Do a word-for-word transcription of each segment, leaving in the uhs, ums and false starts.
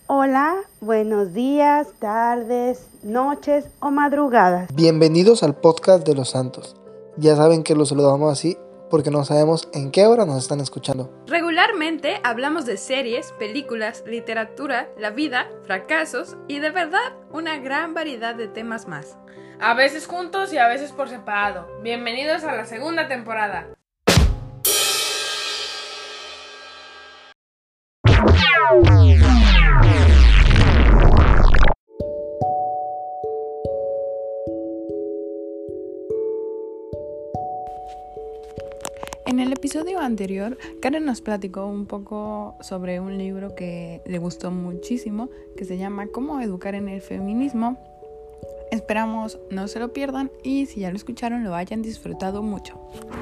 Hola, buenos días, tardes, noches o madrugadas. Bienvenidos al podcast de los santos. Ya saben que los saludamos así porque no sabemos en qué hora nos están escuchando. Regularmente hablamos de series, películas, literatura, la vida, fracasos y de verdad una gran variedad de temas más. A veces juntos y a veces por separado. Bienvenidos a la segunda temporada. En el episodio anterior, Karen nos platicó un poco sobre un libro que le gustó muchísimo, que se llama Cómo educar en el feminismo. Esperamos no se lo pierdan y si ya lo escucharon lo hayan disfrutado mucho.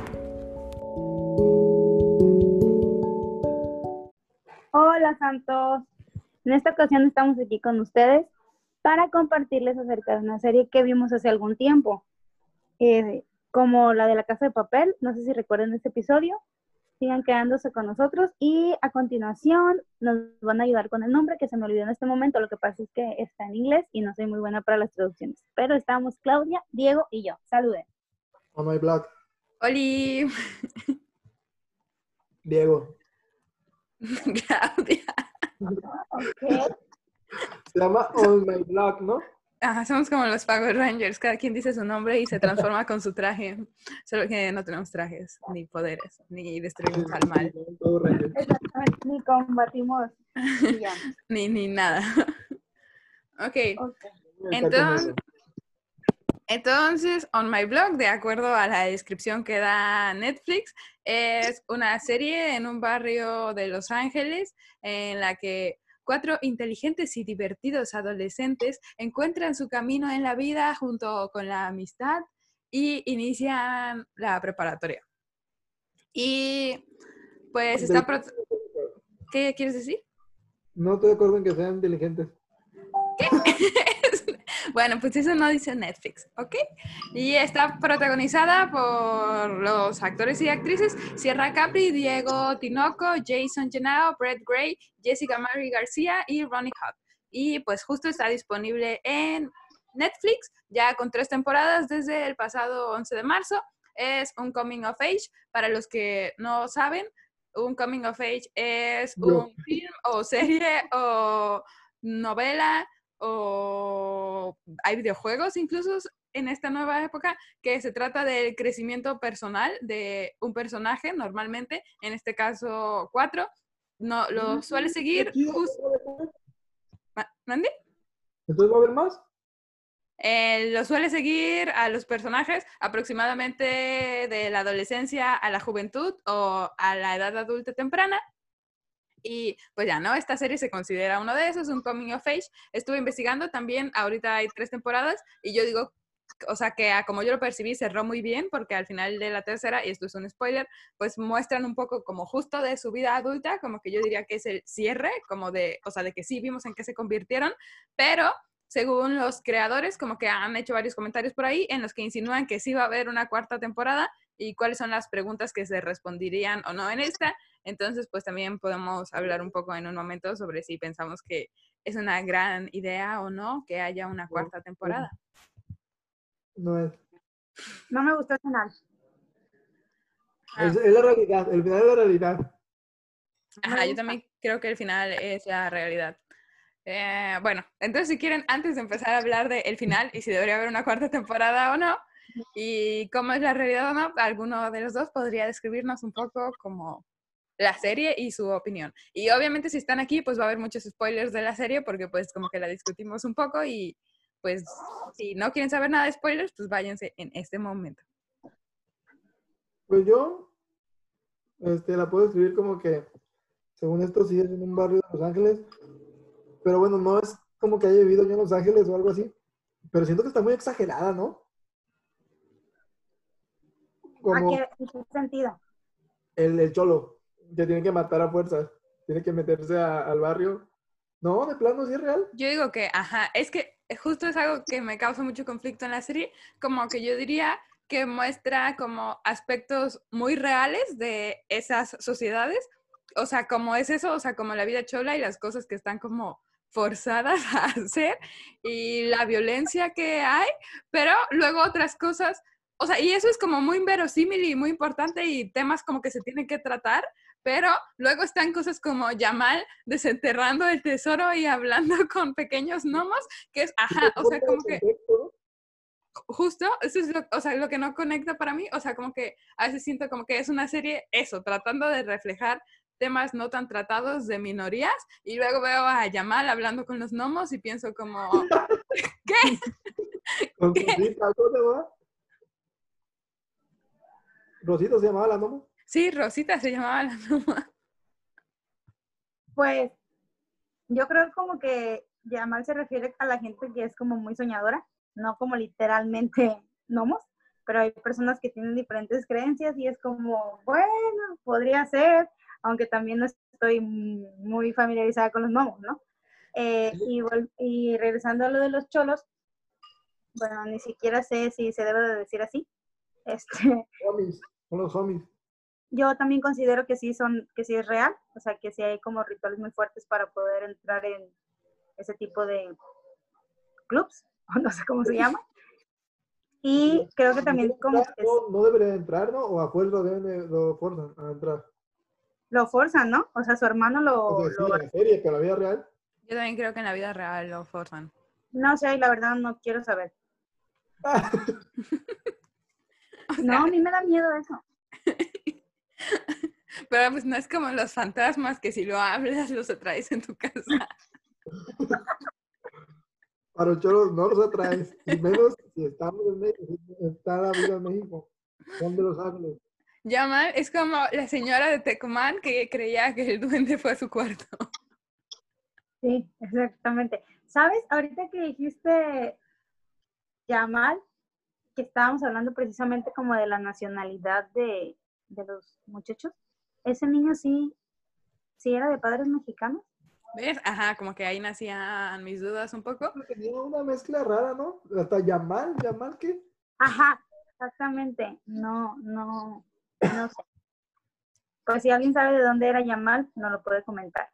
Hola Santos, en esta ocasión estamos aquí con ustedes para compartirles acerca de una serie que vimos hace algún tiempo, eh, como la de La Casa de Papel. No sé si recuerdan este episodio. Sigan quedándose con nosotros y a continuación nos van a ayudar con el nombre que se me olvidó en este momento. Lo que pasa es que está en inglés y no soy muy buena para las traducciones, pero estamos Claudia, Diego y yo. Saluden. On my blog. ¡Holi! Diego. Claudia. Okay. Se llama On my blog, ¿no? Ajá, somos como los Power Rangers, cada quien dice su nombre y se transforma con su traje, solo que no tenemos trajes, ni poderes, ni destruimos al mal. Exactamente, ni combatimos villanos. ni, ni nada. Ok, Okay. entonces, entonces, On My Blog, de acuerdo a la descripción que da Netflix, es una serie en un barrio de Los Ángeles en la que cuatro inteligentes y divertidos adolescentes encuentran su camino en la vida junto con la amistad y inician la preparatoria. Y pues está... Pro- ¿Qué quieres decir? No estoy de acuerdo en que sean inteligentes. ¿Qué? Bueno, pues eso no dice Netflix, ¿ok? Y está protagonizada por los actores y actrices Sierra Capri, Diego Tinoco, Jason Genao, Brett Gray, Jessica Marie García y Ronnie Hub. Y pues justo está disponible en Netflix, ya con tres temporadas desde el pasado once de marzo. Es un coming of age. Para los que no saben, un coming of age es un film o serie o novela o hay videojuegos incluso en esta nueva época que se trata del crecimiento personal de un personaje, normalmente, en este caso cuatro, no, lo suele seguir justo... ¿Mande? ¿Entonces va a haber más? Eh, lo suele seguir a los personajes aproximadamente de la adolescencia a la juventud o a la edad adulta temprana. Y pues ya, ¿no? Esta serie se considera uno de esos, un coming of age. Estuve investigando también, ahorita hay tres temporadas, y yo digo, o sea, que como yo lo percibí, cerró muy bien, porque al final de la tercera, y esto es un spoiler, pues muestran un poco como justo de su vida adulta, como que yo diría que es el cierre, como de, o sea, de que sí vimos en qué se convirtieron, pero según los creadores, como que han hecho varios comentarios por ahí en los que insinúan que sí va a haber una cuarta temporada y cuáles son las preguntas que se responderían o no en esta. Entonces, pues también podemos hablar un poco en un momento sobre si pensamos que es una gran idea o no que haya una cuarta temporada. No es. No me gustó el final. Ah. Es, es la realidad, el final es la realidad. Ajá, yo también creo que el final es la realidad. Eh, bueno, entonces si quieren, antes de empezar a hablar del final y si debería haber una cuarta temporada o no, y cómo es la realidad o no, alguno de los dos podría describirnos un poco como la serie y su opinión. Y obviamente si están aquí, pues va a haber muchos spoilers de la serie porque pues como que la discutimos un poco y pues si no quieren saber nada de spoilers, pues váyanse en este momento. Pues yo este, la puedo escribir como que, según esto, sí es en un barrio de Los Ángeles, pero bueno, no es como que haya vivido yo en Los Ángeles o algo así, pero siento que está muy exagerada, ¿no? Como ¿A qué, en qué sentido? el, el cholo, que tiene que matar a fuerzas, tiene que meterse a, al barrio. No, de plano sí es real. Yo digo que, ajá, es que justo es algo que me causa mucho conflicto en la serie, como que yo diría que muestra como aspectos muy reales de esas sociedades, o sea, como es eso, o sea, como la vida chola y las cosas que están como forzadas a hacer y la violencia que hay, pero luego otras cosas, o sea, y eso es como muy inverosímil y muy importante y temas como que se tienen que tratar, pero luego están cosas como Jamal desenterrando el tesoro y hablando con pequeños gnomos, que es, ajá, o sea, como que justo, eso es lo, o sea, lo que no conecta para mí, o sea, como que a veces siento como que es una serie, eso, tratando de reflejar temas no tan tratados de minorías, y luego veo a Yamal hablando con los gnomos y pienso como, ¿qué? Con ¿Qué? Rosita, ¿cómo se llama? ¿Rosita se llamaba la gnomo? Sí, Rosita se llamaba la gnoma. Pues yo creo como que Yamal se refiere a la gente que es como muy soñadora, no como literalmente gnomos, pero hay personas que tienen diferentes creencias y es como, bueno, podría ser, aunque también no estoy muy familiarizada con los gnomos, ¿no? Eh, y, y regresando a lo de los cholos, bueno, ni siquiera sé si se debe de decir así. Este, Homies, son los homies. Yo también considero que sí son, que sí es real, o sea, que sí hay como rituales muy fuertes para poder entrar en ese tipo de clubs, o no sé cómo se llama. Y creo que también como que no, no debería entrar, ¿no? O a fuerza deben, lo forzan a entrar. Lo forzan, ¿no? O sea, su hermano lo... O sea, sí, lo... en la serie, pero en la vida real. Yo también creo que en la vida real lo forzan. No sé, la verdad no quiero saber. O sea, no, a mí me da miedo eso. Pero pues no es como los fantasmas que si lo hablas los atraes en tu casa. Para los cholos no los atraes, y menos si estamos en México, está la vida en México. Son de Los Ángeles. Yamal es como la señora de Tecumán que creía que el duende fue a su cuarto. Sí, exactamente. ¿Sabes? Ahorita que dijiste Yamal, que estábamos hablando precisamente como de la nacionalidad de, de los muchachos, ese niño sí, sí era de padres mexicanos. ¿Ves? Ajá, como que ahí nacían mis dudas un poco. Tenía una mezcla rara, ¿no? Hasta Yamal, ¿Yamal qué? Ajá, exactamente. No, no, no sé. Pues si alguien sabe de dónde era Yamal, no lo puede comentar.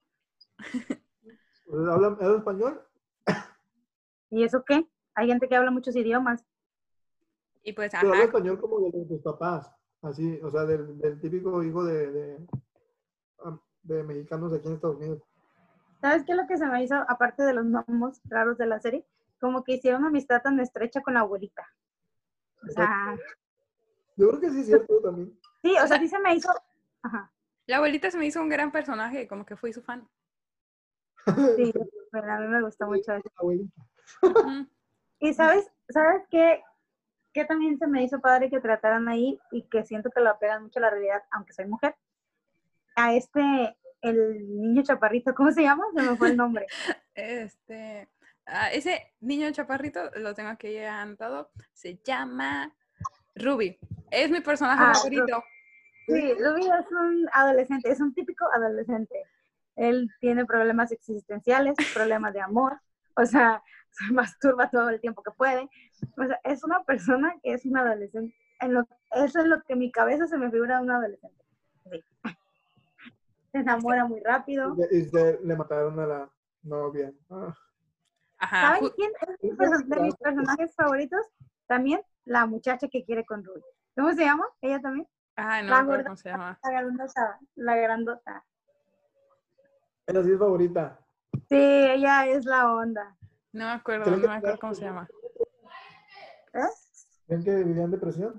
¿Habla, ¿habla español? ¿Y eso qué? Hay gente que habla muchos idiomas. Y pues, Pero habla ajá. español como de, de tus papás, así, o sea, del, del típico hijo de, de, de mexicanos aquí en Estados Unidos. ¿Sabes qué es lo que se me hizo, aparte de los gnomos raros de la serie? Como que hicieron una amistad tan estrecha con la abuelita. O sea... Yo creo que sí es cierto también. Sí, o sea, sí se me hizo... Ajá. La abuelita se me hizo un gran personaje, como que fui su fan. Sí, pero a mí me gustó mucho eso. Abuelita. Uh-huh. Y ¿sabes, ¿sabes qué? Que también se me hizo padre que trataran ahí y que siento que lo apegan mucho a la realidad, aunque soy mujer. A este, el niño chaparrito, ¿cómo se llama? Se me fue el nombre. Este, uh, ese niño chaparrito, lo tengo aquí anotado, se llama Ruby. Es mi personaje Ah, favorito. Sí, Ruby es un adolescente, es un típico adolescente. Él tiene problemas existenciales, problemas de amor, o sea, se masturba todo el tiempo que puede. O sea, es una persona que es un adolescente. En lo, eso es lo que en mi cabeza se me figura un adolescente. Sí. Se enamora muy rápido. Y se, le mataron a la novia. Ah. Ajá. ¿Saben quién es de mis personajes favoritos? También la muchacha que quiere con Ruby. ¿Cómo se llama? ¿Ella también? Ay, no la me acuerdo gorda, cómo se llama. La grandota. La grandota. Ella sí es favorita. Sí, ella es la onda. No me acuerdo, no me acuerdo cómo se llama. ¿Eh? ¿Ven que vivían depresión?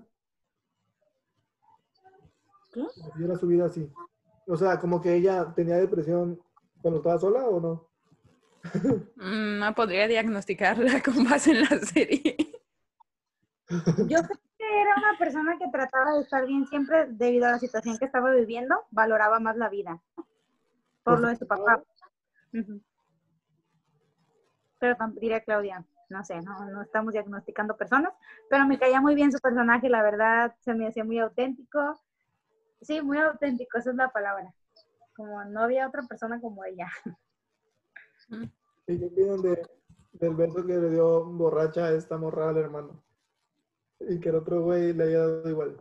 ¿Qué? Y era su vida así. O sea, como que ella tenía depresión cuando estaba sola o no. Mm, no podría diagnosticarla con base en la serie. Yo creo que era una persona que trataba de estar bien siempre debido a la situación que estaba viviendo, valoraba más la vida. Por, por lo de su papá. Uh-huh. Pero diría Claudia, no sé, no, no estamos diagnosticando personas, pero me caía muy bien su personaje, la verdad, se me hacía muy auténtico. Sí, muy auténtico, esa es la palabra. Como no había otra persona como ella. ¿Y qué opinan de, del beso que le dio borracha a esta morra al hermano? Y que el otro güey le haya dado igual.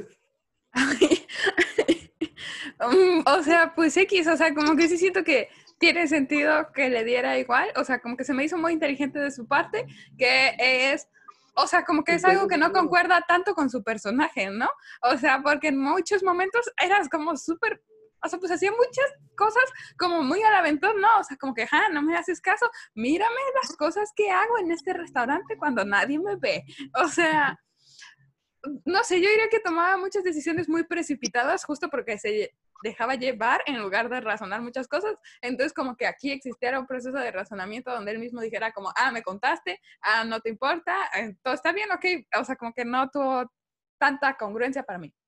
um, o sea, pues X, o sea, como que sí siento que tiene sentido que le diera igual, o sea, como que se me hizo muy inteligente de su parte, que es, o sea, como que es algo que no concuerda tanto con su personaje, ¿no? O sea, porque en muchos momentos eras como súper, o sea, pues hacía muchas cosas como muy al aventón, ¿no? O sea, como que, ja, no me haces caso, mírame las cosas que hago en este restaurante cuando nadie me ve. O sea, no sé, yo diría que tomaba muchas decisiones muy precipitadas justo porque se dejaba llevar en lugar de razonar muchas cosas. Entonces, como que aquí existiera un proceso de razonamiento donde él mismo dijera como, ah, me contaste, ah, no te importa, eh, todo está bien, ok. O sea, como que no tuvo tanta congruencia para mí.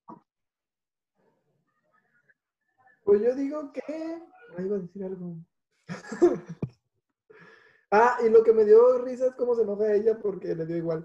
Pues yo digo que... Ahí iba a decir algo. Ah, y lo que me dio risa es cómo se enoja ella porque le dio igual.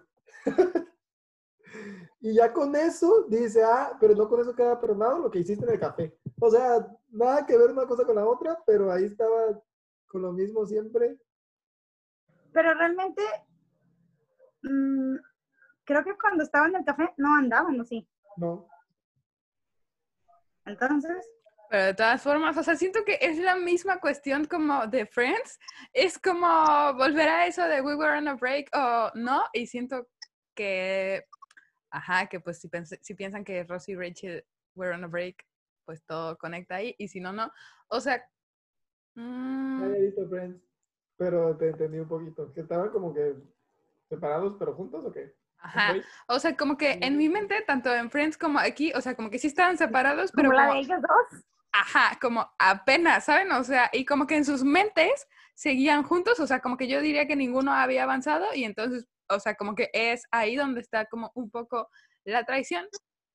Y ya con eso dice, ah, pero no con eso queda perdonado lo que hiciste en el café. O sea, nada que ver una cosa con la otra, pero ahí estaba con lo mismo siempre. Pero realmente, mmm, creo que cuando estaba en el café no andaban, ¿o sí? No. Entonces... Pero de todas formas, o sea, siento que es la misma cuestión como de Friends. Es como volver a eso de we were on a break o no. Y siento que, ajá, que pues si, pens- si piensan que Ross y Rachel were on a break, pues todo conecta ahí. Y si no, no. O sea, No mmm, había visto Friends, pero te entendí un poquito. Que estaban como que separados pero juntos o qué. ajá. O sea, como que en mi mente, tanto en Friends como aquí, o sea, como que sí estaban separados, pero Como la como... de ellos dos. Ajá, como apenas, ¿saben? O sea, y como que en sus mentes seguían juntos, o sea, como que yo diría que ninguno había avanzado y entonces, o sea, como que es ahí donde está como un poco la traición.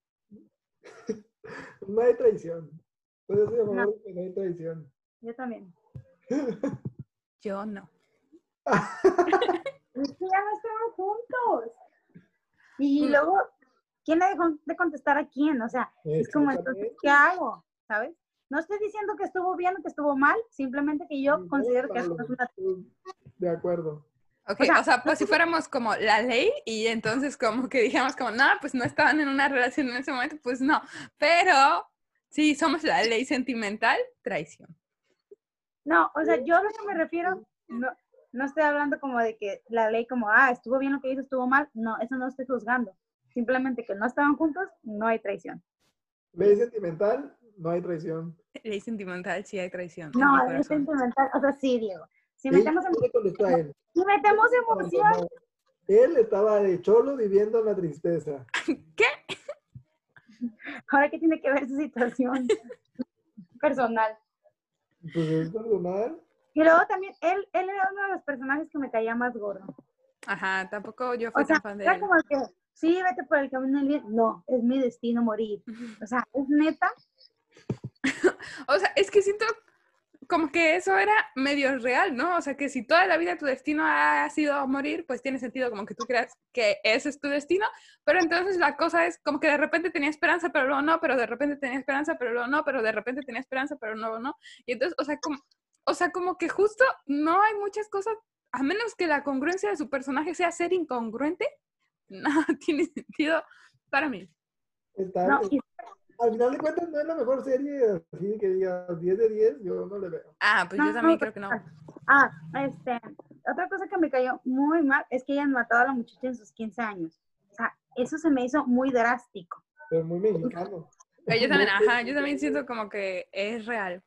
No hay traición. Pues estoy a No, favor de que no hay traición. yo también. Yo no. Es que ya no estaban juntos. Y luego, ¿quién le dejó de contestar a quién? O sea, es como, entonces, ¿qué hago? ¿Sabes? No estoy diciendo que estuvo bien o que estuvo mal, simplemente que yo considero que eso no es una... De acuerdo. Ok, O sea, o sea, pues si fuéramos como la ley y entonces como que dijéramos como, no, pues no estaban en una relación en ese momento, pues no. Pero si somos la ley sentimental, traición. no, o sea, yo a lo que me refiero, no, no estoy hablando como de que la ley como, ah, estuvo bien lo que hizo, estuvo mal. No, eso no estoy juzgando. Simplemente que no estaban juntos, no hay traición. Ley sentimental, no hay traición. Ley sentimental, sí hay traición en mi No, es corazón. sentimental, o sea, sí, Diego. Si Ella metemos, no le contestó a él. si metemos emoción, Él estaba de cholo viviendo en la tristeza. ¿Qué? ahora qué tiene que ver su situación personal. Pues es personal. Y luego también, él, él era uno de los personajes que me caía más gordo. Ajá, tampoco yo fui O sea, tan fan de era él. como que, sí, vete por el camino del bien. No, es mi destino morir. O sea, es neta. O sea, es que siento como que eso era medio real, ¿no? O sea, que si toda la vida tu destino ha sido morir, pues tiene sentido como que tú creas que ese es tu destino, pero entonces la cosa es como que de repente tenía esperanza, pero luego no, pero de repente tenía esperanza, pero luego no, pero de repente tenía esperanza, pero luego no. Y entonces, o sea, como, o sea, como que justo no hay muchas cosas, a menos que la congruencia de su personaje sea ser incongruente, no tiene sentido para mí. Está, No, y, al final de cuentas no es la mejor serie, así que diga diez de diez, yo no le veo. Ah, pues no, yo también no, creo que no. Ah, este, otra cosa que me cayó muy mal es que hayan matado a la muchacha en sus quince años. O sea, eso se me hizo muy drástico. Pero muy mexicano. Pero yo también, ajá, yo también siento como que es real.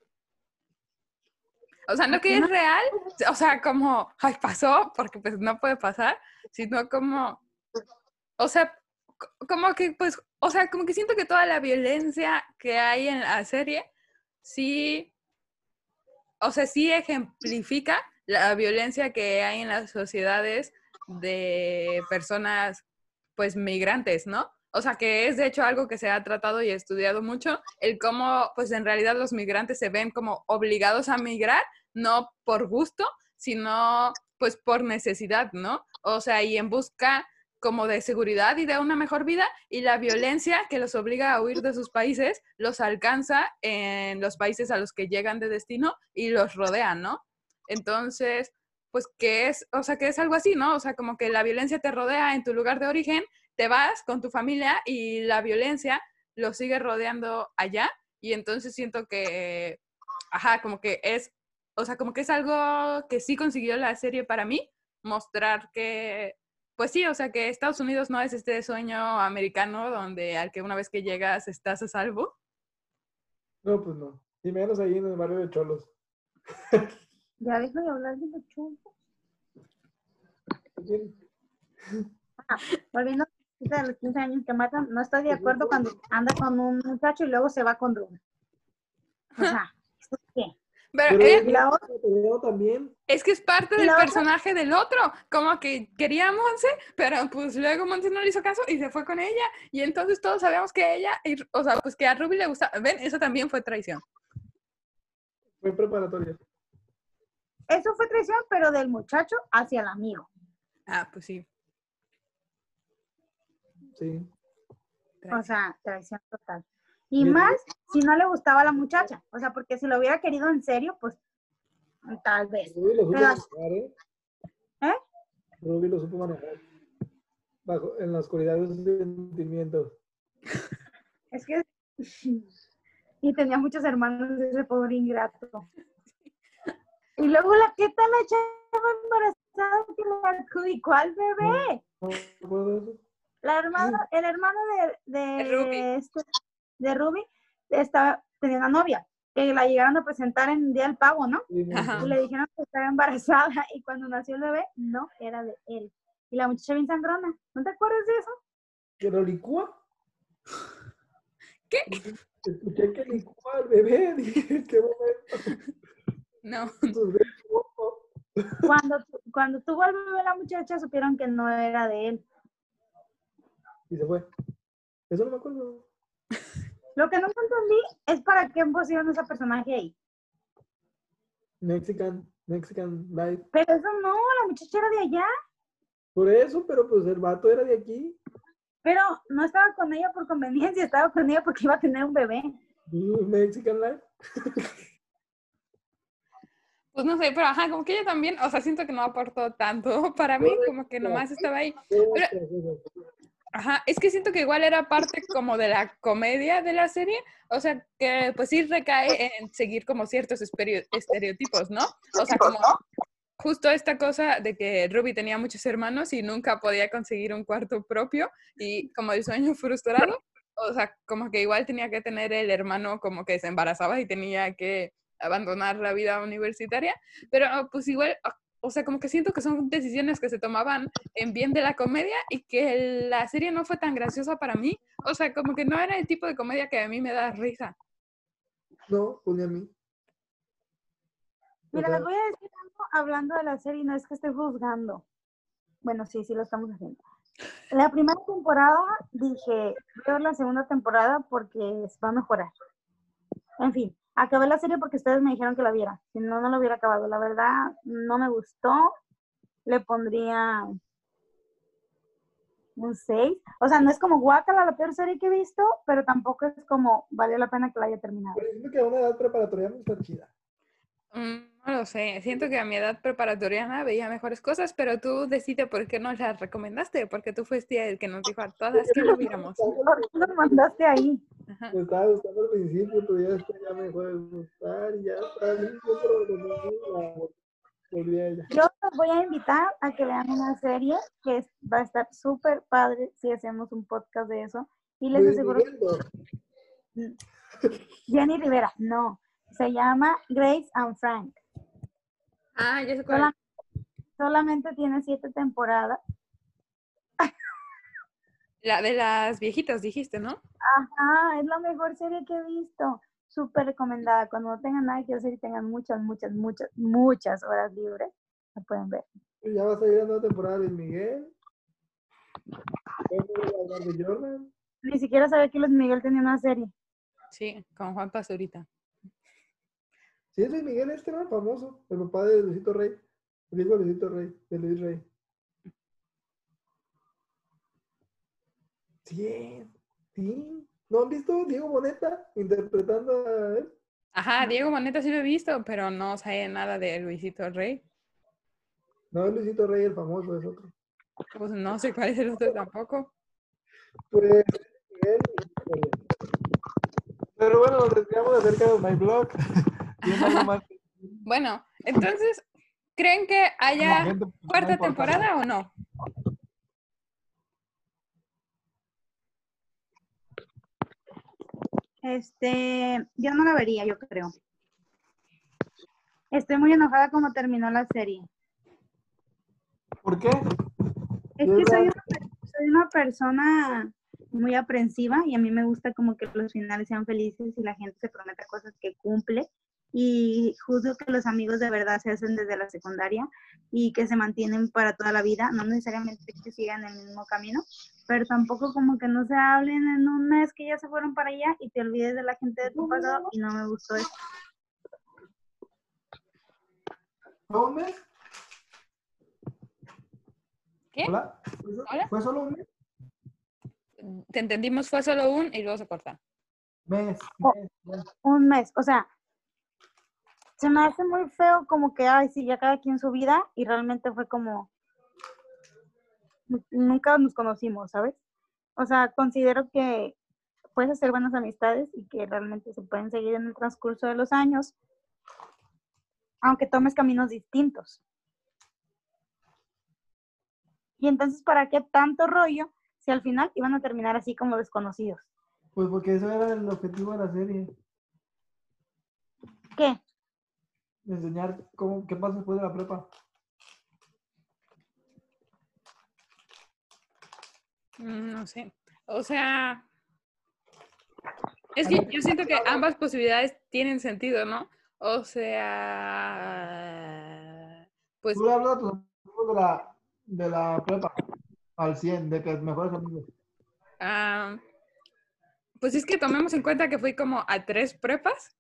O sea, no que es real, o sea, como, ay, pasó, porque pues no puede pasar, sino como, o sea, c- como que, pues, o sea, como que siento que toda la violencia que hay en la serie, sí, o sea, sí ejemplifica la violencia que hay en las sociedades de personas, pues, migrantes, ¿no? O sea, que es de hecho algo que se ha tratado y estudiado mucho, el cómo, pues, en realidad los migrantes se ven como obligados a migrar, no por gusto, sino, pues, por necesidad, ¿no? O sea, y en busca como de seguridad y de una mejor vida, y la violencia que los obliga a huir de sus países los alcanza en los países a los que llegan de destino y los rodean, ¿no? Entonces, pues que es, o sea, que es algo así, ¿no? O sea, como que la violencia te rodea en tu lugar de origen, te vas con tu familia y la violencia lo sigue rodeando allá, y entonces siento que, ajá, como que es o sea, como que es algo que sí consiguió la serie para mí, mostrar que, pues sí, o sea, que Estados Unidos no es este sueño americano donde al que una vez que llegas estás a salvo. No, pues no. Y menos ahí en el barrio de Cholos. Ya dejo de hablar de los chulos. Ah, volviendo a la de los quince años que matan, no estoy de acuerdo cuando anda con un muchacho y luego se va con Rubén. O sea, ¿esto qué? Pero, Pero eh, es la otra- también. es que es parte ¿Y del la otra? personaje del otro, como que quería a Monse, pero pues luego Monse no le hizo caso y se fue con ella, y entonces todos sabíamos que ella, y- o sea, pues que a Ruby le gustaba, ven, eso también fue traición. Fue preparatoria. Eso fue traición, pero del muchacho hacia el amigo. Ah, pues sí. Sí. O sea, traición total. Y Y- más si no le gustaba a la muchacha. O sea, porque si lo hubiera querido en serio, pues tal vez. Ruby lo supo Pero, manejar, ¿eh? ¿eh? Ruby lo supo manejar. Bajo, en la oscuridad de sus sentimientos. Es que... Y tenía muchos hermanos ese pobre ingrato. Y luego la que tal la chava embarazada que le adjudicó al bebé. ¿No me acuerdo de eso? La hermana, el hermano de, de, De Ruby. este, de Ruby estaba, tenía una novia, que la llegaron a presentar en el día del pavo, ¿no? Sí, me Ajá. Y acuerdo. le dijeron que estaba embarazada y cuando nació el bebé, no era de él. Y la muchacha bien sangrona. ¿No te acuerdas de eso? ¿Que lo licúa? ¿Qué? Escuché que licúa al bebé. Dije, ¿qué momento? No. Sus bebés, oh, Cuando, cuando tuvo al bebé la muchacha, supieron que no era de él. y se fue. Eso no me acuerdo. Lo que no entendí es para qué pusieron ese personaje ahí. Mexican, Mexican Life. Pero eso no, la muchacha era de allá. Por eso, pero pues el vato era de aquí. Pero no estaba con ella por conveniencia, estaba con ella porque iba a tener un bebé. Mexican Life. Pues no sé, pero ajá, como que ella también, o sea, siento que no aportó tanto para mí, como que nomás estaba ahí. Pero, ajá, es que siento que igual era parte como de la comedia de la serie, o sea, que pues sí recae en seguir como ciertos esperio- estereotipos, ¿no? O sea, como justo esta cosa de que Ruby tenía muchos hermanos y nunca podía conseguir un cuarto propio y como el sueño frustrado, o sea, como que igual tenía que tener el hermano como que se embarazaba y tenía que abandonar la vida universitaria, pero pues igual, o sea, como que siento que son decisiones que se tomaban en bien de la comedia y que la serie no fue tan graciosa para mí, o sea, como que no era el tipo de comedia que a mí me da risa. No, pues ni a mí. Mira, O sea, les voy a decir algo hablando de la serie, no es que esté juzgando. Bueno, sí, sí lo estamos haciendo. La primera temporada dije, veo la segunda temporada porque va a mejorar. En fin, acabé la serie porque ustedes me dijeron que la viera. Si no, no la hubiera acabado. La verdad, no me gustó. Le pondría un seis. O sea, no es como Guacala, la peor serie que he visto, pero tampoco es como valió la pena que la haya terminado. pero siento que a una edad preparatoria no está chida. Mm, no lo sé, siento que a mi edad preparatoriana veía mejores cosas, pero tú decide por qué nos las recomendaste, porque tú fuiste el que nos dijo a todas que lo viéramos. ¿Por qué nos mandaste ahí? Ajá. Me estaba gustando al principio, pero ya después ya me dejó de gustar y ya está bien, pero de nuevo la volví a ella. Yo los voy a invitar a que vean una serie que es- va a estar súper padre si hacemos un podcast de eso. Y les Luis aseguro Miguel, no. que Jenny Rivera, no. Se llama Grace and Frank. Ah, ya sé cuál. Sola- solamente tiene siete temporadas. La de las viejitas, dijiste, ¿no? Ajá, es la mejor serie que he visto. Súper recomendada. Cuando no tengan nada que hacer y tengan muchas, muchas, muchas, muchas horas libres, la pueden ver. Ya va a salir la nueva temporada de Luis Miguel. Después voy a hablar de Jordan. Ni siquiera sabía que Luis Miguel tenía una serie. Sí, con Juan Pazurita. Sí, es Luis Miguel este, ¿no? Famoso. El papá de Luisito Rey. El hijo de Luisito Rey, de Luis Rey. Sí, sí. ¿No han visto Diego Boneta interpretando a él? Ajá, Diego Moneta sí lo he visto, pero no sé nada de Luisito Rey. No, es Luisito Rey el famoso, es otro. Pues no sé cuál es el otro tampoco. Pues, Miguel, pero bueno, nos desviamos acerca de My Blog. ¿Tienen algo más? Bueno, entonces, ¿creen que haya La gente, no cuarta importa. temporada o no? Este, yo no la vería, yo creo. Estoy muy enojada como terminó la serie. ¿Por qué? Es Sí, que es soy real. una, soy una persona muy aprensiva y a mí me gusta como que los finales sean felices y la gente se prometa cosas que cumple. Y juzgo que los amigos de verdad se hacen desde la secundaria y que se mantienen para toda la vida, no necesariamente que sigan el mismo camino, pero tampoco como que no se hablen en un mes que ya se fueron para allá y te olvides de la gente de tu pasado, y no me gustó eso. ¿Fue un mes? ¿Qué? ¿Hola? ¿Fue so- ¿Hola? ¿Fue solo un mes? Te entendimos, fue solo un y luego se corta. Mes, Oh. mes, mes. Un mes, o sea, se me hace muy feo como que, ay, sí, ya cada quien su vida, y realmente fue como, nunca nos conocimos, ¿sabes? O sea, considero que puedes hacer buenas amistades y que realmente se pueden seguir en el transcurso de los años, aunque tomes caminos distintos. Y entonces, ¿para qué tanto rollo si al final iban a terminar así como desconocidos? Pues porque eso era el objetivo de la serie. ¿Qué? Enseñar cómo, qué pasa después de la prepa. Mm, No sé. O sea, es que yo siento que ambas posibilidades tienen sentido, ¿no? O sea, pues, Tú le hablas a tus amigos de la, de la prepa al cien, de que mejores amigos. ah, pues es que tomemos en cuenta que fui como a tres prepas.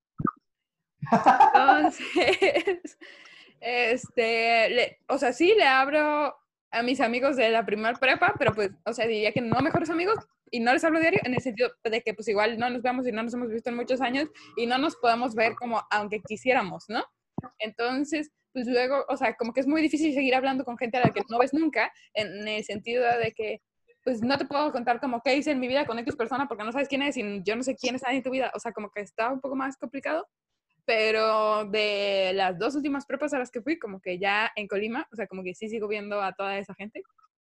Entonces, este, le- o sea, sí le abro a mis amigos de la primer prepa, pero pues, o sea, diría que no mejores amigos y no les hablo diario en el sentido de que pues igual no nos vemos y no nos hemos visto en muchos años y no nos podemos ver como aunque quisiéramos, ¿no? Entonces, pues luego, o sea, como que es muy difícil seguir hablando con gente a la que no ves nunca, en el sentido de que pues no te puedo contar como qué hice en mi vida con X persona porque no sabes quién es y yo no sé quién está en tu vida, o sea, como que está un poco más complicado. Pero de las dos últimas prepas a las que fui, como que ya en Colima, o sea, como que sí sigo viendo a toda esa gente.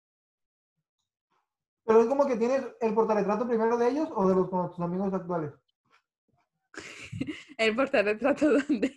Pero es como que tienes el portarretrato primero de ellos o de los con tus amigos actuales. El portarretrato donde...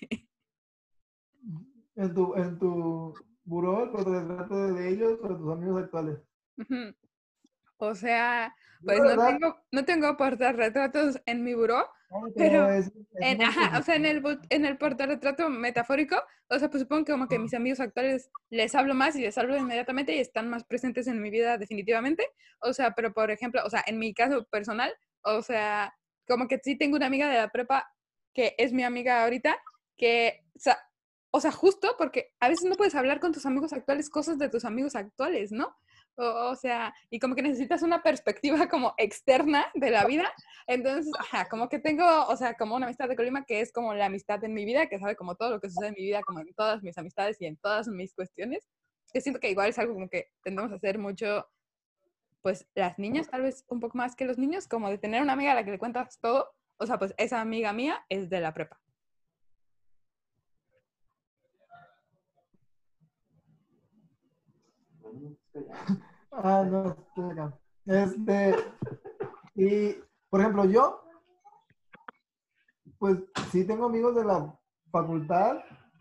En tu, en tu buró, el portarretrato de ellos o de tus amigos actuales. Ujú. O sea, Yo pues la no verdad, tengo, no tengo portarretratos en mi buró, no, pero pero es, es en, una ajá, o sea, en exposición. el, bu- en el portarretrato metafórico, o sea, pues supongo que como que mis amigos actuales les hablo más y les hablo inmediatamente y están más presentes en mi vida definitivamente. O sea, pero por ejemplo, o sea, en mi caso personal, o sea, como que sí tengo una amiga de la prepa que es mi amiga ahorita, que, o sea, o sea, justo porque a veces no puedes hablar con tus amigos actuales cosas de tus amigos actuales, ¿no? O, o sea, y como que necesitas una perspectiva como externa de la vida. Entonces, ajá, como que tengo, o sea, como una amistad de Colima que es como la amistad en mi vida, que sabe como todo lo que sucede en mi vida, como en todas mis amistades y en todas mis cuestiones. Que siento que igual es algo como que tendemos a hacer mucho, pues las niñas, tal vez un poco más que los niños, como de tener una amiga a la que le cuentas todo. O sea, pues esa amiga mía es de la prepa. Ah, no, estoy acá. Este, y, por ejemplo, yo, pues sí tengo amigos de la facultad.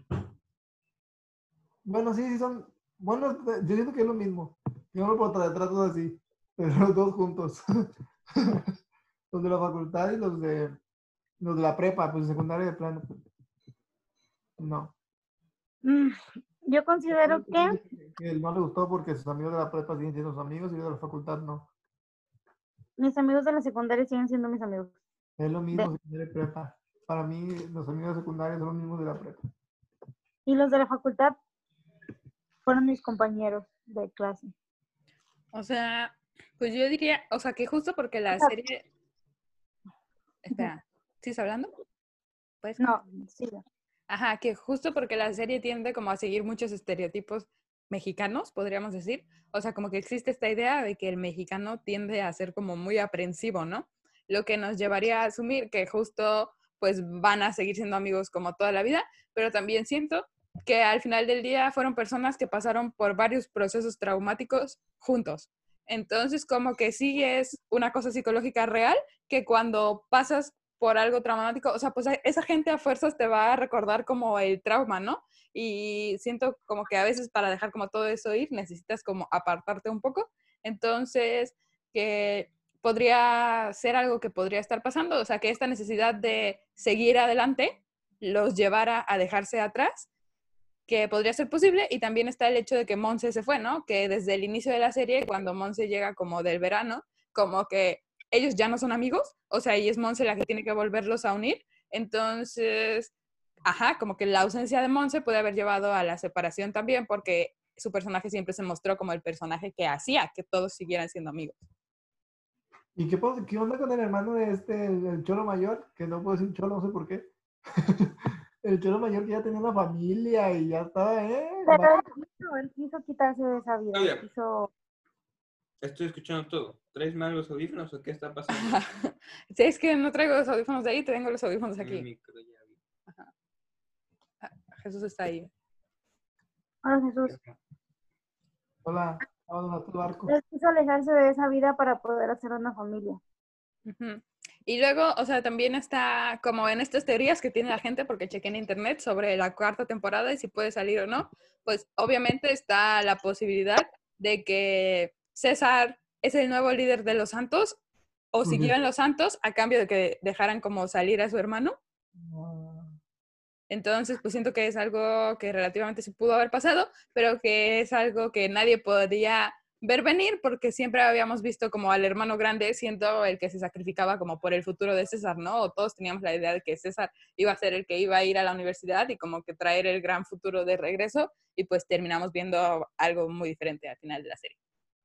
Bueno, sí, sí son, bueno, yo siento que es lo mismo. Yo no puedo tratos así, pero los dos juntos. Los de la facultad y los de, los de la prepa, pues secundaria de plano. Pues, no. Mm, yo considero que Que él no le gustó porque sus amigos de la prepa siguen siendo sus amigos y los de la facultad no. mis amigos de la secundaria siguen siendo mis amigos. Es lo De, mismo secundaria y prepa. Para mí, los amigos secundarios son los mismos de la prepa. y los de la facultad fueron mis compañeros de clase. O sea, pues yo diría, o sea, que justo porque O la sea, serie... Espera, ¿sigues hablando? ¿Puedes no, continuar? sí. Ajá, que justo porque la serie tiende como a seguir muchos estereotipos mexicanos, podríamos decir. O sea, como que existe esta idea de que el mexicano tiende a ser como muy aprensivo, ¿no? Lo que nos llevaría a asumir que justo pues van a seguir siendo amigos como toda la vida, pero también siento que al final del día fueron personas que pasaron por varios procesos traumáticos juntos. Entonces, como que sí es una cosa psicológica real, que cuando pasas por algo traumático, o sea, pues esa gente a fuerzas te va a recordar como el trauma, ¿no? Y siento como que a veces para dejar como todo eso ir, necesitas como apartarte un poco. Entonces, que podría ser algo que podría estar pasando, o sea, que esta necesidad de seguir adelante los llevara a dejarse atrás, que podría ser posible, y también está el hecho de que Monse se fue, ¿no? Que desde el inicio de la serie, cuando Monse llega como del verano, como que ellos ya no son amigos, o sea, y es Monse la que tiene que volverlos a unir, entonces, ajá, como que la ausencia de Monse puede haber llevado a la separación también, porque su personaje siempre se mostró como el personaje que hacía que todos siguieran siendo amigos. ¿Y qué, pasa- qué onda con el hermano de este, el, el cholo mayor? Que no puedo decir cholo, no sé por qué. El cholo mayor que ya tenía una familia y ya estaba, ¿eh? Pero él quiso, él quiso quitarse de esa vida. Claudia. Él quiso... Estoy escuchando todo. ¿Traes mal los audífonos o qué está pasando? Sí, es que no traigo los audífonos de ahí, tengo los audífonos Mi aquí. micro ya vi. Ah, Jesús está ahí. Hola, Jesús. Hola, abandonaste el barco. Él quiso alejarse de esa vida para poder hacer una familia. Ujú. Y luego, o sea, también está como en estas teorías que tiene la gente, porque chequé en internet sobre la cuarta temporada y si puede salir o no, pues obviamente está la posibilidad de que César es el nuevo líder de los Santos o siguió en los Santos a cambio de que dejaran como salir a su hermano. Ah, Entonces, pues siento que es algo que relativamente sí pudo haber pasado, pero que es algo que nadie podría ver venir porque siempre habíamos visto como al hermano grande siendo el que se sacrificaba como por el futuro de César, ¿no? O todos teníamos la idea de que César iba a ser el que iba a ir a la universidad y como que traer el gran futuro de regreso, y pues terminamos viendo algo muy diferente al final de la serie.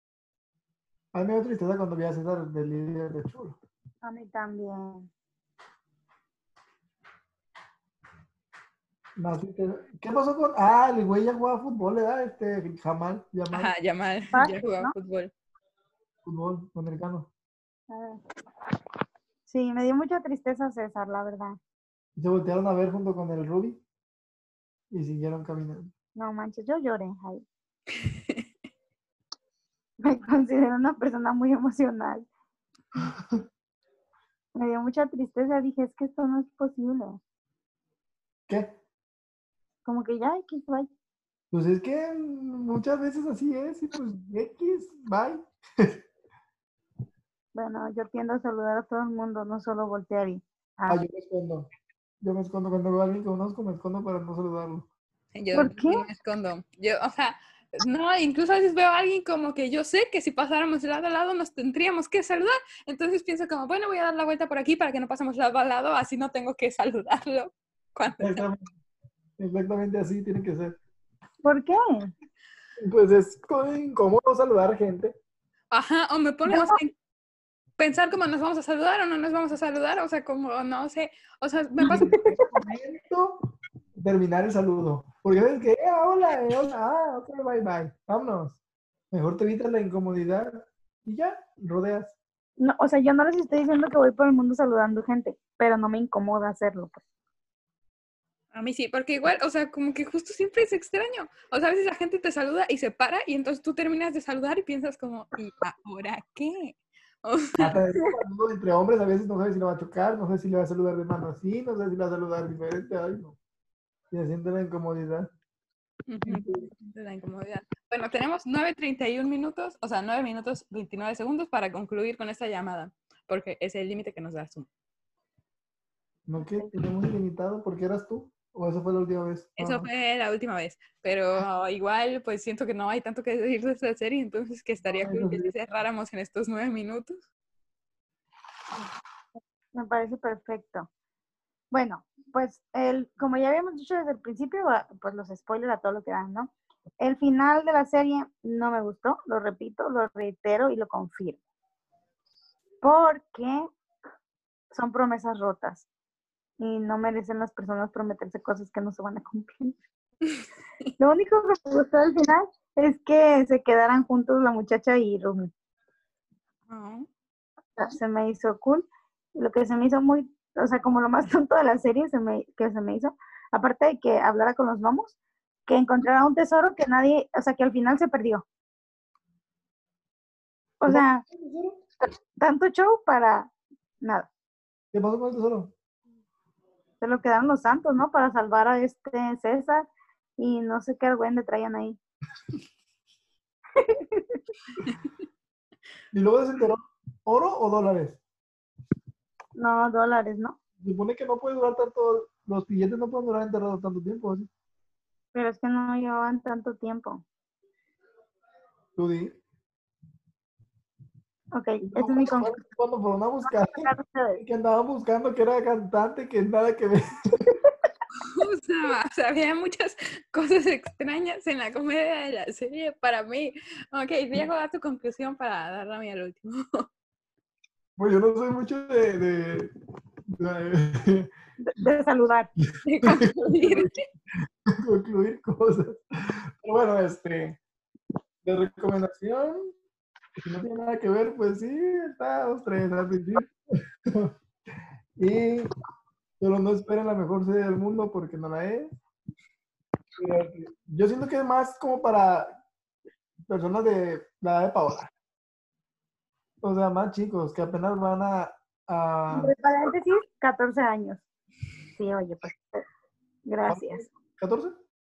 a mí me dio tristeza cuando vi a César del líder de Chulo. A mí también. Más tristeza. ¿Qué pasó con...? Ah, el güey ya jugaba fútbol, ¿verdad? Este, Jamal, Yamal, Ajá, Yamal, Ah, ya jugaba ¿no? fútbol. fútbol americano. Ah, sí, me dio mucha tristeza César, la verdad. Y se voltearon a ver junto con el Ruby y siguieron caminando. No manches, yo lloré ahí. Me considero una persona muy emocional. Me dio mucha tristeza, dije, es que esto no es posible. ¿Qué? Como que ya, X, bye. Pues es que muchas veces así es y pues X, bye. Bueno, yo tiendo a saludar a todo el mundo, no solo voltear y... Ah, Ah, yo me escondo. Yo me escondo cuando veo a alguien que conozco, me escondo para no saludarlo. Yo ¿Por qué? no me escondo. Yo, o sea, no, incluso a veces veo a alguien como que yo sé que si pasáramos de lado a lado nos tendríamos que saludar. Entonces pienso como, bueno, voy a dar la vuelta por aquí para que no pasemos lado a lado, así no tengo que saludarlo. Cuando... Exactamente, exactamente así tiene que ser. ¿Por qué? Pues es co- incómodo saludar gente. Ajá, o me pone, o sea, en pensar cómo nos vamos a saludar o no nos vamos a saludar, o sea, como, no sé, o sea, me pasa... Momento, terminar el saludo. Porque ves que, eh, hola, eh, hola, ah, ok, bye, bye, vámonos. Mejor te evitas la incomodidad y ya, rodeas. No, o sea, yo no les estoy diciendo que voy por el mundo saludando gente, pero no me incomoda hacerlo, pues. A mí sí, porque igual, o sea, como que justo siempre es extraño. O sea, a veces la gente te saluda y se para y entonces tú terminas de saludar y piensas como, ¿y ahora qué? O sea, Hasta el saludo entre hombres a veces no sabes si lo va a tocar, no sé si le va a saludar de mano así, no sé si le va a saludar diferente, ay no. Y se siente la incomodidad. de la incomodidad. Bueno, tenemos nueve treinta y uno minutos, o sea, nueve minutos veintinueve segundos para concluir con esta llamada, porque es el límite que nos da Zoom. ¿No que tenemos ilimitado porque eras tú? ¿O eso fue la última vez? Eso Ah. fue la última vez, pero igual pues siento que no hay tanto que decir de esta serie, entonces que estaría No, cool eso que sí. sí cerráramos en estos nueve minutos. Me parece perfecto. Bueno, pues el, como ya habíamos dicho desde el principio, ah, pues los spoilers a todo lo que dan, ¿no? El final de la serie no me gustó, lo repito, lo reitero y lo confirmo. Porque son promesas rotas y no merecen las personas prometerse cosas que no se van a cumplir. Lo único que me gustó al final es que se quedaran juntos la muchacha y Rumi. Oh. Se me hizo cool. Lo que se me hizo muy o sea, como lo más tonto de la serie se me, que se me hizo, aparte de que hablara con los gnomos, que encontrara un tesoro que nadie, o sea, que al final se perdió. O sea, tanto show para nada. ¿Qué pasó con el tesoro? Se lo quedaron los santos, ¿no? Para salvar a este César y no sé qué le traían ahí. ¿Y luego desenterró oro o dólares? No, dólares, ¿no? Se supone que no puede durar tanto, los billetes no pueden durar enterrados tanto tiempo, ¿sí? Pero es que no llevaban tanto tiempo. Tú di. Ok, esta es mi conclusión. Cuando fueron a buscar, que andaban buscando que era cantante, que nada que ver. O sea, o sea, había muchas cosas extrañas en la comedia de la serie para mí. Ok, Diego, da tu conclusión para dar la mía al último. Pues yo no soy mucho de... de, de, De, de saludar. De concluir. de concluir cosas. Pero bueno, este... De recomendación, si no tiene nada que ver, pues sí, está dos, tres al principio. Y pero no esperen la mejor serie del mundo porque no la es. Pero yo siento que es más como para personas de la edad de Paola. O sea, más chicos que apenas van a... a Entre paréntesis, catorce años. Sí, oye, pues, gracias. ¿catorce?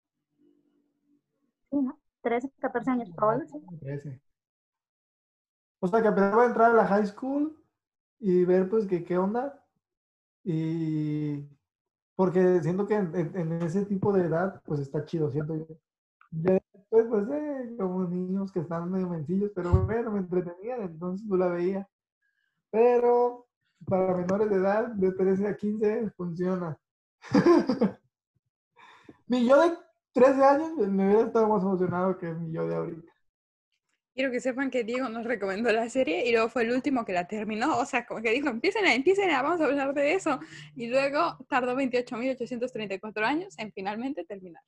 Sí, ¿no? trece, catorce años, Paola, sí. trece. O sea, que apenas va a entrar a la high school y ver pues que qué onda. Y porque siento que en, en- en ese tipo de edad pues está chido, siento yo. Ya después pues eh, como niños que están medio mencillos, pero bueno, me entretenían, entonces tú la veía. Pero para menores de edad, de trece a quince, funciona. Mi yo de trece años me hubiera estado más emocionado que mi yo de ahorita. Quiero que sepan que Diego nos recomendó la serie y luego fue el último que la terminó. O sea, como que dijo, empiecen, empiecen, vamos a hablar de eso. Y luego tardó veintiocho mil ochocientos treinta y cuatro años en finalmente terminar.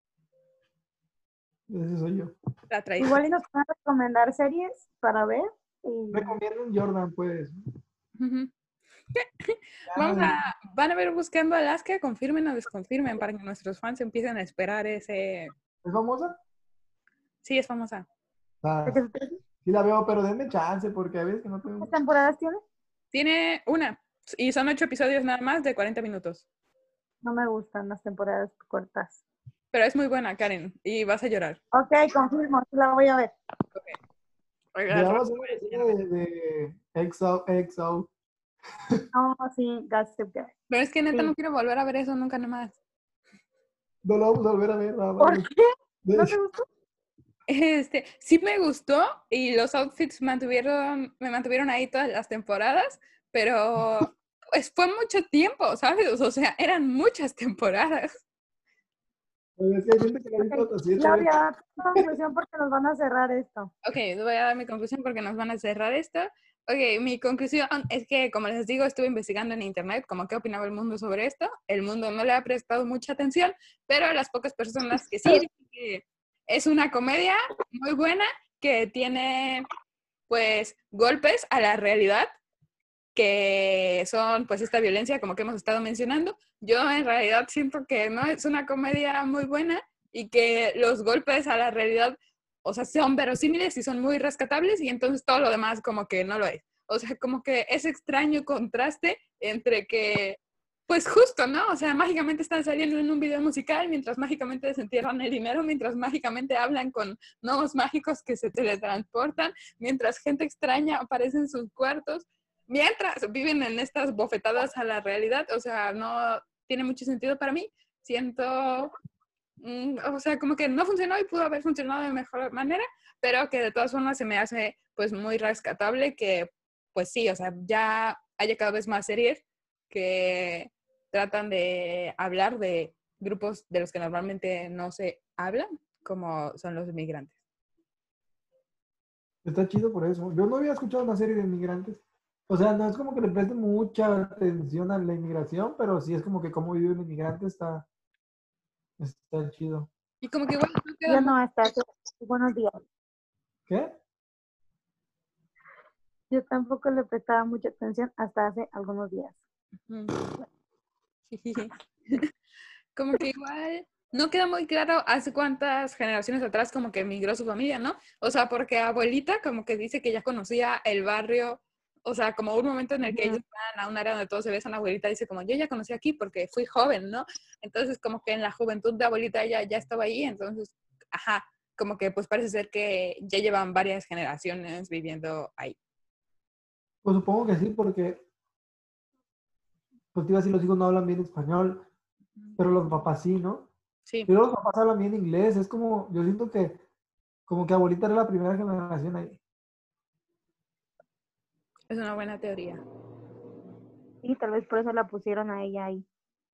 Ese soy yo. La traición. Igual y nos van a recomendar series para ver. Y... Recomiendo un Jordan, pues. Ujú. Vamos a, van a ver Buscando Alaska, confirmen o desconfirmen para que nuestros fans empiecen a esperar ese... ¿Es famosa? Sí, es famosa. Ah, ¿De qué se trata? sí la veo, pero denme chance porque a veces que no tengo... ¿Cuántas temporadas tiene? Tiene una y son ocho episodios nada más de cuarenta minutos. No me gustan las temporadas cortas. Pero es muy buena, Karen, y vas a llorar. Ok, confirmo, sí la voy a ver. Oiga, Veamos Rosa, una pues, reseña de, de X O, X O. No, sí, Gossip Girl. pero es que neta Sí. no quiero volver a ver eso nunca más. No lo vamos a volver a ver. Nada más. ¿Por qué? ¿No te gustó? Este, sí me gustó y los outfits mantuvieron, me mantuvieron ahí todas las temporadas, pero pues fue mucho tiempo, ¿sabes? O sea, eran muchas temporadas. Pero es que hay gente que la ha visto hasta siete Claudia, veces. da tu conclusión porque nos van a cerrar esto. Ok, voy a dar mi conclusión porque nos van a cerrar esto. Ok, mi conclusión es que, como les digo, estuve investigando en internet como qué opinaba el mundo sobre esto. El mundo no le ha prestado mucha atención, pero las pocas personas que sí dicen que es una comedia muy buena, que tiene, pues, golpes a la realidad, que son, pues, esta violencia como que hemos estado mencionando. Yo en realidad siento que no es una comedia muy buena y que los golpes a la realidad, o sea, son verosímiles y son muy rescatables y entonces todo lo demás como que no lo es. O sea, como que ese extraño contraste entre que, pues justo, ¿no? O sea, mágicamente están saliendo en un video musical mientras mágicamente desentierran el dinero, mientras mágicamente hablan con nuevos mágicos que se teletransportan, mientras gente extraña aparece en sus cuartos, mientras viven en estas bofetadas a la realidad. O sea, no tiene mucho sentido para mí. Siento... o sea, como que no funcionó y pudo haber funcionado de mejor manera, pero que de todas formas se me hace pues muy rescatable que pues sí, o sea, ya haya cada vez más series que tratan de hablar de grupos de los que normalmente no se hablan, como son los migrantes. Está chido por eso. Yo no había escuchado una serie de inmigrantes. O sea, no es como que le presten mucha atención a la inmigración, pero sí es como que cómo vive un inmigrante está, está chido. Y como que igual no queda Yo muy... no, hasta hace buenos días. ¿Qué? Yo tampoco le prestaba mucha atención hasta hace algunos días. Mm. Como que igual no queda muy claro hace cuántas generaciones atrás como que emigró su familia, ¿no? O sea, porque abuelita como que dice que ya conocía el barrio, o sea, como un momento en el que Ujú. ellos van a un área donde todos se besan, la abuelita dice como, yo ya conocí aquí porque fui joven, ¿no? Entonces como que en la juventud de abuelita ella ya estaba ahí, entonces, ajá, como que pues parece ser que ya llevan varias generaciones viviendo ahí. Pues supongo que sí, porque, pues te iba a decir, los hijos no hablan bien español, pero los papás sí, ¿no? Sí, Pero los papás hablan bien inglés, es como, yo siento que, como que abuelita era la primera generación ahí. es una buena teoría. Y tal vez por eso la pusieron a ella ahí.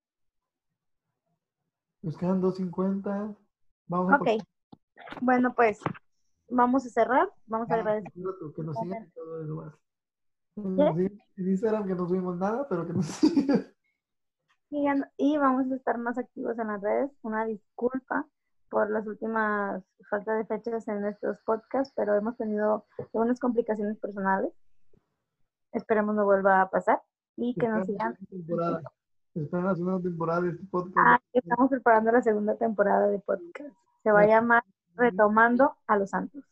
Nos quedan dos cincuenta. Vamos a Ok, bueno, pues vamos a cerrar. Vamos a agradecer. que nos sigan en todo el lugar. ¿Qué? Sí, en Instagram que no subimos nada, pero que nos sigan. Y, ya- y vamos a estar más activos en las redes. Una disculpa por las últimas falta de fechas en nuestros podcasts, pero hemos tenido algunas complicaciones personales. Esperemos no vuelva a pasar y que nos Esperan la sigan. segunda temporada. Esperan la segunda temporada de este podcast. Ah, que estamos preparando la segunda temporada de podcast. Se va a llamar Retomando a los Santos.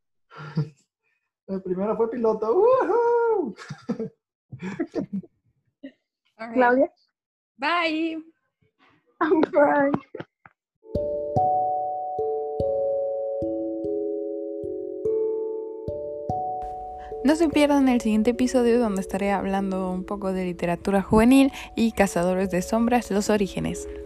La primera fue piloto. ¡Woohoo! Ok. Claudia. Bye. Bye. No se pierdan el siguiente episodio donde estaré hablando un poco de literatura juvenil y Cazadores de Sombras, los orígenes.